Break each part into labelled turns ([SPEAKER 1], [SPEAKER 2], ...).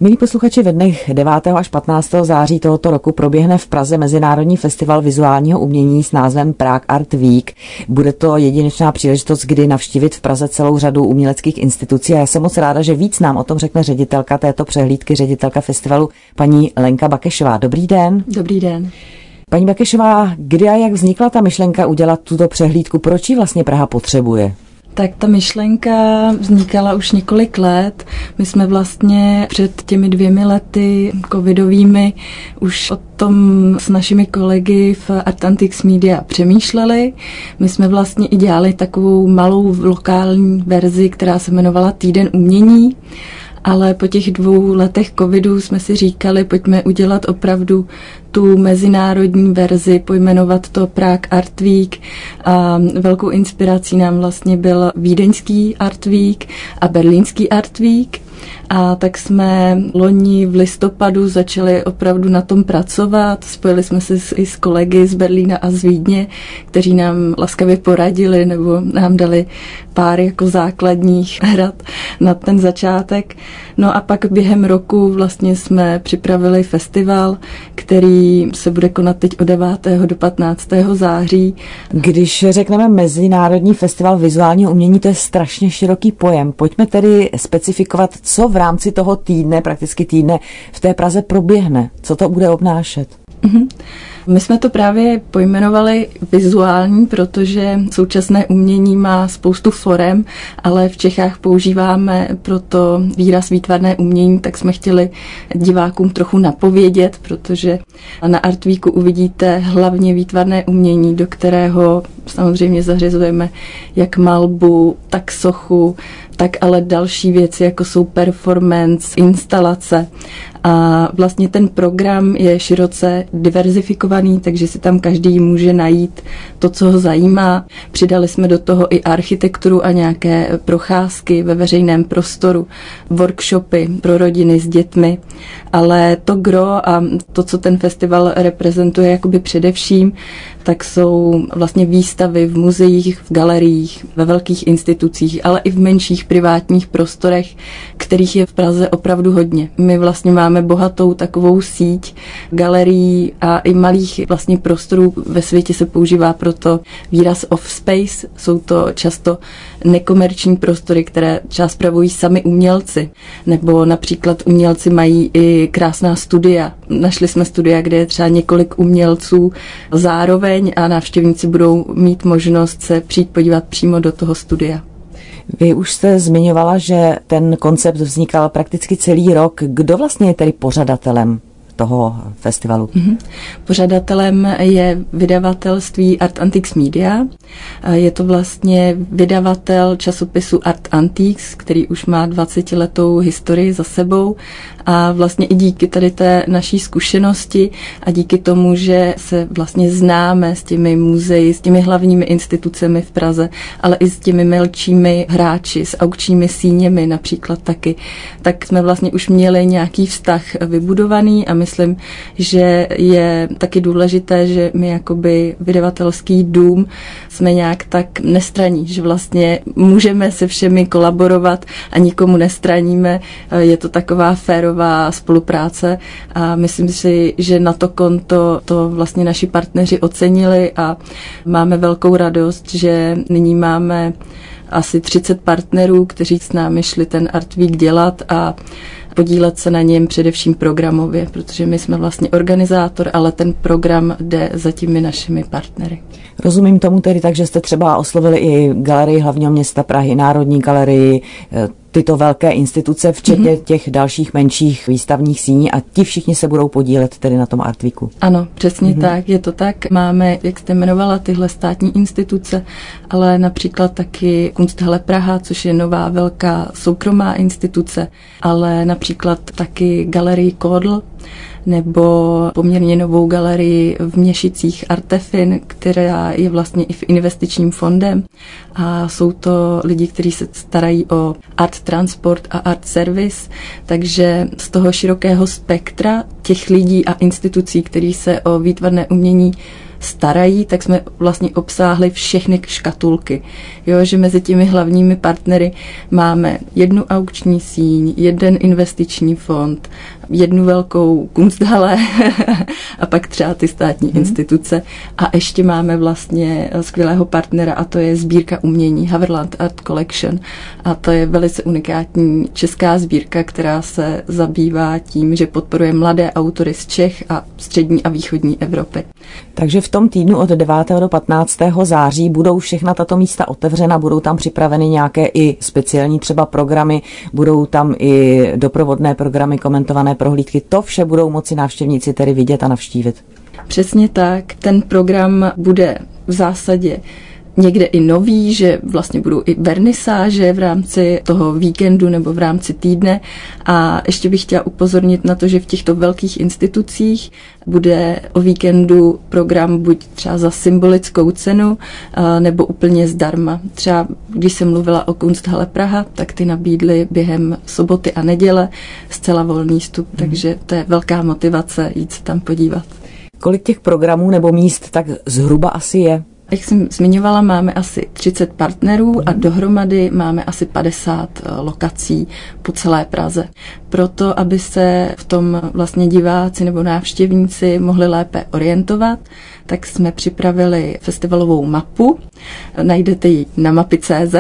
[SPEAKER 1] Milí posluchači, ve dnech 9. až 15. září tohoto roku proběhne v Praze Mezinárodní festival vizuálního umění s názvem Prague Art Week. Bude to jedinečná příležitost, kdy navštívit v Praze celou řadu uměleckých institucí a já jsem moc ráda, že víc nám o tom řekne ředitelka této přehlídky, ředitelka festivalu, paní Lenka Bakešová. Dobrý den.
[SPEAKER 2] Dobrý den.
[SPEAKER 1] Paní Bakešová, kdy a jak vznikla ta myšlenka udělat tuto přehlídku? Proč ji vlastně Praha potřebuje?
[SPEAKER 2] Tak ta myšlenka vznikala už několik let. My jsme vlastně před těmi 2 lety covidovými už o tom s našimi kolegy v Art Antiques Media přemýšleli. My jsme vlastně i dělali takovou malou lokální verzi, která se jmenovala Týden umění. Ale po těch 2 letech covidu jsme si říkali, pojďme udělat opravdu tu mezinárodní verzi, pojmenovat to Prague Art Week. A velkou inspirací nám vlastně byl vídeňský Art Week a berlínský Art Week. A tak jsme loni v listopadu začali opravdu na tom pracovat. Spojili jsme se i s kolegy z Berlína a z Vídně, kteří nám laskavě poradili nebo nám dali pár jako základních rad na ten začátek. No a pak během roku vlastně jsme připravili festival, který se bude konat teď od 9. do 15. září.
[SPEAKER 1] Když řekneme Mezinárodní festival vizuálního umění, to je strašně široký pojem. Pojďme tedy specifikovat, co v rámci toho týdne, prakticky týdne, v té Praze proběhne. Co to bude obnášet?
[SPEAKER 2] My jsme to právě pojmenovali vizuální, protože současné umění má spoustu forem, ale v Čechách používáme proto výraz výtvarné umění, tak jsme chtěli divákům trochu napovědět, protože na Art Weeku uvidíte hlavně výtvarné umění, do kterého samozřejmě zařazujeme jak malbu, tak sochu, tak ale další věci, jako jsou performance, instalace. A vlastně ten program je široce diverzifikovaný, takže si tam každý může najít to, co ho zajímá. Přidali jsme do toho i architekturu a nějaké procházky ve veřejném prostoru, workshopy pro rodiny s dětmi, ale to gro a to, co ten festival reprezentuje jakoby především, tak jsou vlastně výstavy v muzeích, v galeriích, ve velkých institucích, ale i v menších privátních prostorech, kterých je v Praze opravdu hodně. My vlastně máme bohatou takovou síť galerií a i malých vlastně prostorů. Ve světě se používá proto výraz off-space. Jsou to často nekomerční prostory, které část spravují sami umělci. Nebo například umělci mají i krásná studia. Našli jsme studia, kde je třeba několik umělců zároveň a návštěvníci budou mít možnost se přijít podívat přímo do toho studia.
[SPEAKER 1] Vy už jste zmiňovala, že ten koncept vznikal prakticky celý rok. Kdo vlastně je tedy pořadatelem toho festivalu?
[SPEAKER 2] Pořadatelem je vydavatelství Art Antiques Media. Je to vlastně vydavatel časopisu Art Antiques, který už má 20letou historii za sebou a vlastně i díky tady té naší zkušenosti a díky tomu, že se vlastně známe s těmi muzeji, s těmi hlavními institucemi v Praze, ale i s těmi menšími hráči, s aukčními síněmi například taky, tak jsme vlastně už měli nějaký vztah vybudovaný a myslím, že je taky důležité, že my jakoby vydavatelský dům jsme nějak tak nestranní, že vlastně můžeme se všemi kolaborovat a nikomu nestraníme. Je to taková férová spolupráce a myslím si, že na to konto to vlastně naši partneři ocenili a máme velkou radost, že nyní máme asi 30 partnerů, kteří s námi šli ten Art Week dělat a podílet se na něm především programově, protože my jsme vlastně organizátor, ale ten program jde za těmi našimi partnery.
[SPEAKER 1] Rozumím tomu tedy tak, že jste třeba oslovili i Galerii hlavního města Prahy, Národní galerii, tyto velké instituce, včetně těch dalších menších výstavních síní a ti všichni se budou podílet tedy na tom Art Weeku.
[SPEAKER 2] Ano, přesně tak, je to tak. Máme, jak jste jmenovala, tyhle státní instituce, ale například taky Kunsthalle Praha, což je nová velká soukromá instituce, ale například taky Galerii Kodl, nebo poměrně novou galerii v Měšicích Artefin, která je vlastně i v investičním fondem a jsou to lidi, kteří se starají o art transport a art service, takže z toho širokého spektra těch lidí a institucí, kteří se o výtvarné umění starají, tak jsme vlastně obsáhli všechny škatulky. Jo, že mezi těmi hlavními partnery máme jednu aukční síň, jeden investiční fond, jednu velkou Kunsthalle a pak třeba ty státní instituce. A ještě máme vlastně skvělého partnera a to je sbírka umění Haverland Art Collection. A to je velice unikátní česká sbírka, která se zabývá tím, že podporuje mladé autory z Čech a střední a východní Evropy.
[SPEAKER 1] Takže v tom týdnu od 9. do 15. září budou všechna tato místa otevřena, budou tam připraveny nějaké i speciální třeba programy, budou tam i doprovodné programy, komentované prohlídky. To vše budou moci návštěvníci tedy vidět a navštívit.
[SPEAKER 2] Přesně tak. Ten program bude v zásadě někde i nový, že vlastně budou i vernisáže v rámci toho víkendu nebo v rámci týdne. A ještě bych chtěla upozornit na to, že v těchto velkých institucích bude o víkendu program buď třeba za symbolickou cenu, nebo úplně zdarma. Třeba když jsem mluvila o Kunsthalle Praha, tak ty nabídly během soboty a neděle zcela volný vstup, takže to je velká motivace jít se tam podívat.
[SPEAKER 1] Kolik těch programů nebo míst tak zhruba asi je?
[SPEAKER 2] Jak jsem zmiňovala, máme asi 30 partnerů a dohromady máme asi 50 lokací po celé Praze. Proto, aby se v tom vlastně diváci nebo návštěvníci mohli lépe orientovat, tak jsme připravili festivalovou mapu. Najdete ji na mapy.cz,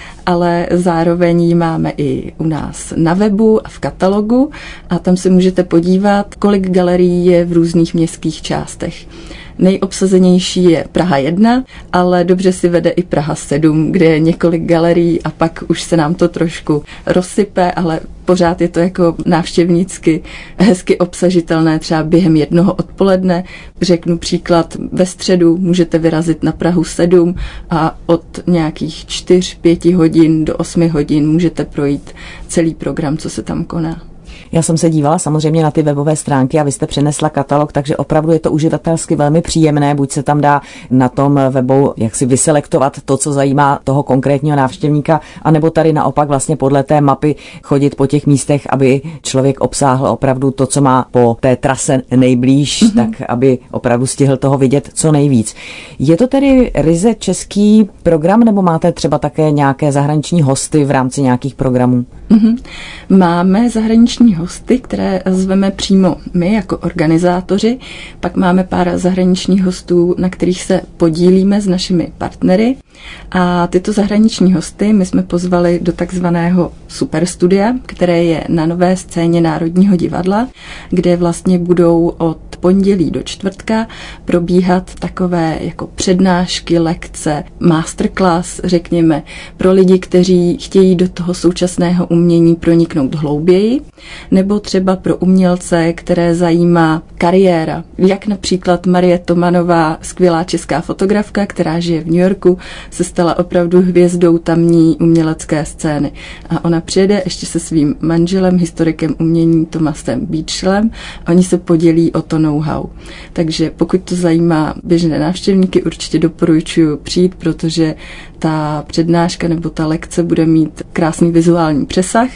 [SPEAKER 2] ale zároveň ji máme i u nás na webu a v katalogu a tam se můžete podívat, kolik galerií je v různých městských částech. Nejobsazenější je Praha 1, ale dobře si vede i Praha 7, kde je několik galerií a pak už se nám to trošku rozsype, ale pořád je to jako návštěvnícky hezky obsažitelné třeba během jednoho odpoledne. Řeknu příklad, ve středu můžete vyrazit na Prahu 7 a od nějakých 4-5 hodin do 8 hodin můžete projít celý program, co se tam koná.
[SPEAKER 1] Já jsem se dívala samozřejmě na ty webové stránky a vy jste přinesla katalog, takže opravdu je to uživatelsky velmi příjemné, buď se tam dá na tom webu jak si vyselektovat to, co zajímá toho konkrétního návštěvníka, anebo tady naopak vlastně podle té mapy chodit po těch místech, aby člověk obsáhl opravdu to, co má po té trase nejblíž, tak aby opravdu stihl toho vidět co nejvíc. Je to tedy ryze český program, nebo máte třeba také nějaké zahraniční hosty v rámci nějakých programů?
[SPEAKER 2] Máme zahraniční hosty, které zveme přímo my jako organizátoři. Pak máme pár zahraničních hostů, na kterých se podílíme s našimi partnery. A tyto zahraniční hosty my jsme pozvali do takzvaného superstudia, které je na Nové scéně Národního divadla, kde vlastně budou od pondělí do čtvrtka probíhat takové jako přednášky, lekce, masterclass, řekněme, pro lidi, kteří chtějí do toho současného umění proniknout hlouběji, nebo třeba pro umělce, které zajímá kariéra. Jak například Marie Tomanová, skvělá česká fotografka, která žije v New Yorku, se stala opravdu hvězdou tamní umělecké scény. A ona přijede ještě se svým manželem, historikem umění Tomasem Beachlem, a oni se podělí o to know-how. Takže pokud to zajímá běžné návštěvníky, určitě doporučuji přijít, protože ta přednáška nebo ta lekce bude mít krásný vizuální přesah,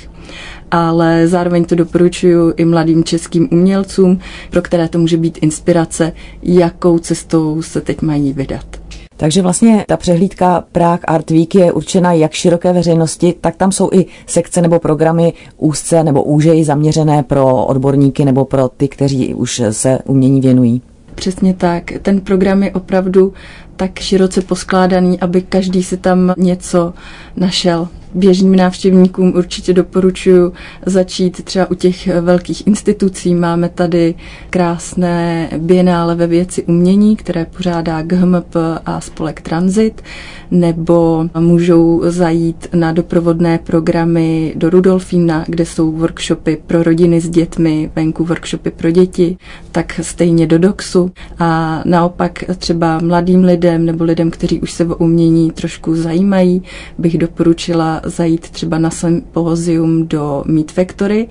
[SPEAKER 2] ale zároveň to doporučuji i mladým českým umělcům, pro které to může být inspirace, jakou cestou se teď mají vydat.
[SPEAKER 1] Takže vlastně ta přehlídka Prague Art Week je určena jak široké veřejnosti, tak tam jsou i sekce nebo programy úzce nebo úžeji zaměřené pro odborníky nebo pro ty, kteří už se umění věnují.
[SPEAKER 2] Přesně tak. Ten program je opravdu tak široce poskládaný, aby každý si tam něco našel. Běžným návštěvníkům určitě doporučuji začít třeba u těch velkých institucí. Máme tady krásné bienále ve věci umění, které pořádá GHMP a spolek Transit, nebo můžou zajít na doprovodné programy do Rudolfína, kde jsou workshopy pro rodiny s dětmi, venku workshopy pro děti, tak stejně do DOXu. A naopak třeba mladým lidem nebo lidem, kteří už se o umění trošku zajímají, bych doporučila zajít třeba na sympozium do Meet Factory,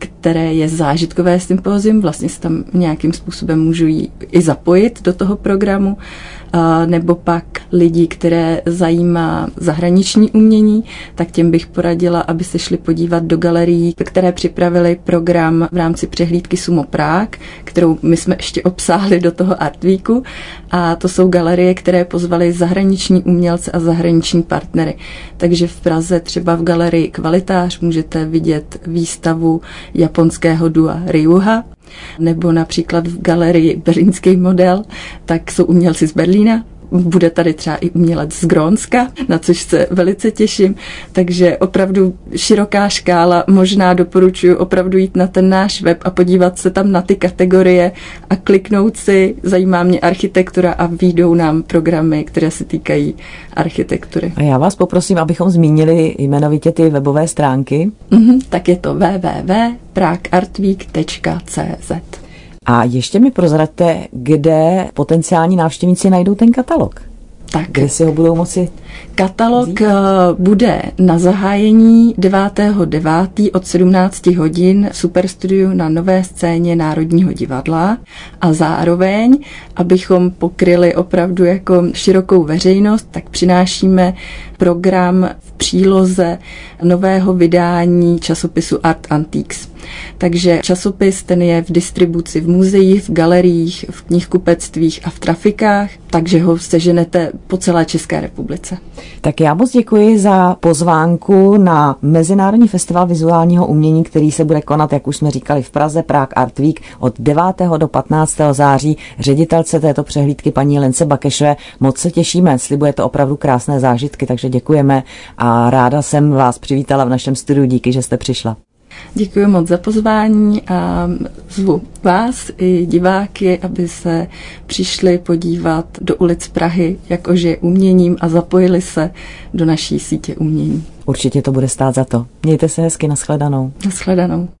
[SPEAKER 2] které je zážitkové sympózium, vlastně se tam nějakým způsobem můžu i zapojit do toho programu, nebo pak lidi, které zajímá zahraniční umění, tak těm bych poradila, aby se šli podívat do galerií, které připravili program v rámci přehlídky Sumo Prague, kterou my jsme ještě obsáhli do toho Art Weeku, a to jsou galerie, které pozvaly zahraniční umělce a zahraniční partnery. Takže v Praze třeba v galerii Kvalitář můžete vidět výstavu japonského dua Ryuha, nebo například v galerii Berlínský model, tak jsou umělci z Berlína. Bude tady třeba i umělec z Grónska, na což se velice těším. Takže opravdu široká škála, možná doporučuji opravdu jít na ten náš web a podívat se tam na ty kategorie a kliknout si, zajímá mě architektura, a vyjdou nám programy, které se týkají architektury.
[SPEAKER 1] A já vás poprosím, abychom zmínili jmenovitě ty webové stránky.
[SPEAKER 2] Tak je to www.pragueartweek.cz.
[SPEAKER 1] A ještě mi prozraďte, kde potenciální návštěvníci najdou ten katalog.
[SPEAKER 2] Tak,
[SPEAKER 1] kde si ho budou moci
[SPEAKER 2] katalog
[SPEAKER 1] vzít?
[SPEAKER 2] Bude na zahájení 9.9. od 17 hodin v Superstudiu na Nové scéně Národního divadla, a zároveň, abychom pokryli opravdu jako širokou veřejnost, tak přinášíme program v příloze nového vydání časopisu Art Antiques. Takže časopis ten je v distribuci v muzeích, v galeriích, v knihkupectvích a v trafikách, takže ho seženete po celé České republice.
[SPEAKER 1] Tak já moc děkuji za pozvánku na Mezinárodní festival vizuálního umění, který se bude konat, jak už jsme říkali, v Praze, Prague Art Week od 9. do 15. září. Ředitelce této přehlídky paní Lence Bakešové moc se těšíme, slibuje to opravdu krásné zážitky, takže děkujeme a ráda jsem vás přivítala v našem studiu. Díky, že jste přišla.
[SPEAKER 2] Děkuji moc za pozvání a zvu vás i diváky, aby se přišli podívat do ulic Prahy, jak ožije uměním, a zapojili se do naší sítě umění.
[SPEAKER 1] Určitě to bude stát za to. Mějte se hezky, nashledanou.
[SPEAKER 2] Nashledanou.